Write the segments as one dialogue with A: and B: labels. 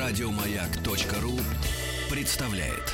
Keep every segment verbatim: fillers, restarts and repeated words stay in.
A: Радиомаяк.ру представляет.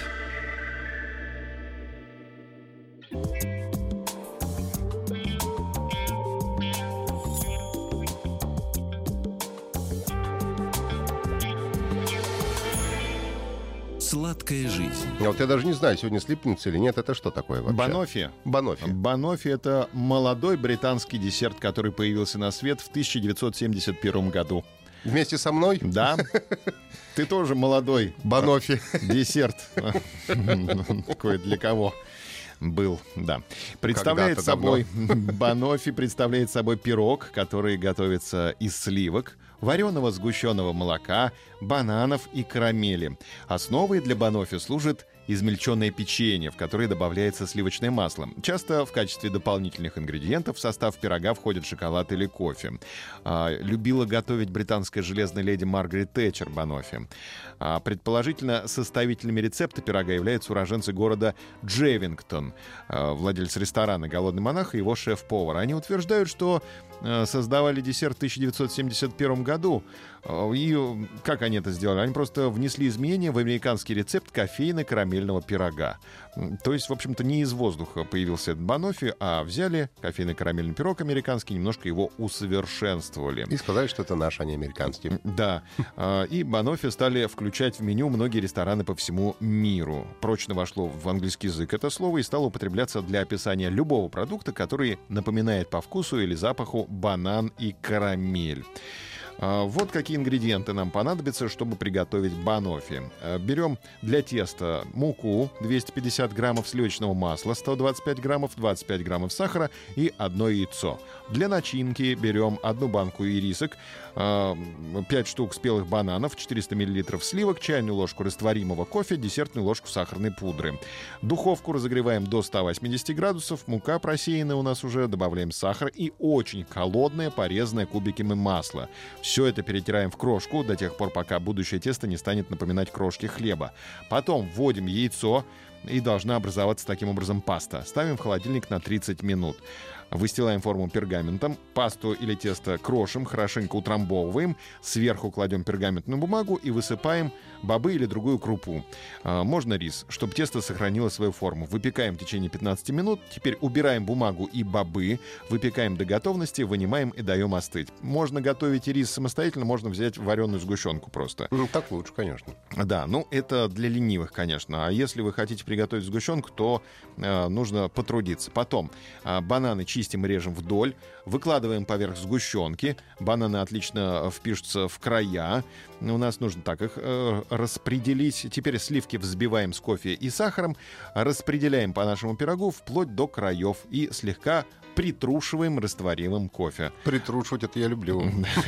A: Сладкая жизнь.
B: Вот я даже не знаю, сегодня слипнется или нет. Это что такое вообще?
C: Банофи.
B: Банофи.
C: Банофи — это молодой британский десерт, который появился на свет в тысяча девятьсот семьдесят первом году.
B: Вместе со мной?
C: Да. Ты тоже молодой.
B: Банофи.
C: Десерт. Такой для кого был, да. Представляет собой... Банофи представляет собой пирог, который готовится из сливок, вареного сгущенного молока, бананов и карамели. Основой для банофи служит измельченное печенье, в которое добавляется сливочное масло. Часто в качестве дополнительных ингредиентов в состав пирога входит шоколад или кофе. А, любила готовить британская железная леди Маргарет Тэтчер банофи. А, предположительно, составителями рецепта пирога являются уроженцы города Джевингтон, а, владелец ресторана «Голодный монах» и его шеф-повар. Они утверждают, что а, создавали десерт в тысяча девятьсот семьдесят первом году. И как они это сделали? Они просто внесли изменения в американский рецепт кофейно-карамельного пирога. То есть, в общем-то, не из воздуха появился этот банофи, а взяли кофейно-карамельный пирог американский, немножко его усовершенствовали.
B: И сказали, что это наш, а не американский.
C: Да. И банофи стали включать в меню многие рестораны по всему миру. Прочно вошло в английский язык это слово и стало употребляться для описания любого продукта, который напоминает по вкусу или запаху банан и карамель. Вот какие ингредиенты нам понадобятся, чтобы приготовить банофи. Берем для теста муку двести пятьдесят граммов, сливочного масла сто двадцать пять граммов, двадцать пять граммов сахара и одно яйцо. Для начинки берем одну банку ирисок, пять штук спелых бананов, четыреста миллилитров сливок, чайную ложку растворимого кофе, десертную ложку сахарной пудры. Духовку разогреваем до ста восьмидесяти градусов, мука просеянная у нас уже, добавляем сахар и очень холодное, порезанное кубиками масло. Все это перетираем в крошку до тех пор, пока будущее тесто не станет напоминать крошки хлеба. Потом вводим яйцо, и должна образоваться таким образом паста. Ставим в холодильник на тридцать минут. Выстилаем форму пергаментом, пасту или тесто крошим, хорошенько утрамбовываем, сверху кладем пергаментную бумагу и высыпаем бобы или другую крупу. А, можно рис, чтобы тесто сохранило свою форму. Выпекаем в течение пятнадцати минут. Теперь убираем бумагу и бобы, выпекаем до готовности, вынимаем и даем остыть. Можно готовить и рис самостоятельно, можно взять вареную сгущенку просто.
B: Ну, так лучше, конечно.
C: Да, ну это для ленивых, конечно. А если вы хотите приготовить сгущенку, то э, нужно потрудиться. Потом э, бананы чистим и режем вдоль, выкладываем поверх сгущенки. Бананы отлично впишутся в края. У нас нужно так их э, распределить. Теперь сливки взбиваем с кофе и сахаром, распределяем по нашему пирогу вплоть до краев и слегка притрушиваем растворимым кофе.
B: Притрушивать — это я люблю.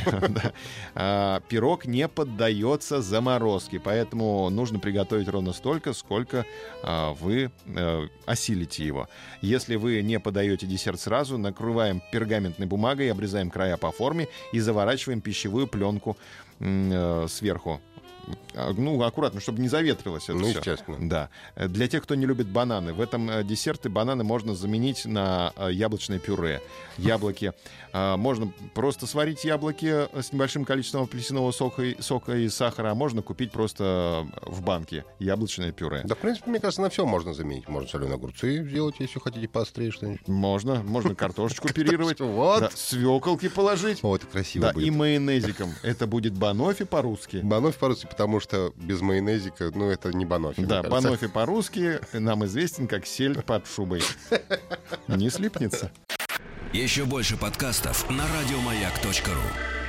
C: Пирог не поддается заморозке, поэтому нужно приготовить ровно столько, сколько вы осилите его. Если вы не подаете десерт сразу, накрываем пергаментной бумагой, обрезаем края по форме и заворачиваем пищевую пленку сверху. Ну, аккуратно, чтобы не заветрилось это
B: ну,
C: все.
B: естественно.
C: Да. Для тех, кто не любит бананы, в этом десерте бананы можно заменить на яблочное пюре. Яблоки. Можно просто сварить яблоки с небольшим количеством апельсинового сока, сока и сахара, а можно купить просто в банке яблочное пюре.
B: Да, в принципе, мне кажется, на все можно заменить. Можно соленые огурцы сделать, если хотите поострее что-нибудь.
C: Можно. Можно картошечку пюрировать.
B: Вот.
C: Свеколки положить.
B: О, это красиво будет.
C: Да, и майонезиком. Это будет банофи по-русски.
B: Банофи по-русски, потому что без майонезика, ну, это не банофи.
C: Да, банофи по-русски нам известен как сельдь под шубой. Не слипнется.
A: Еще больше подкастов на радиомаяк точка ру.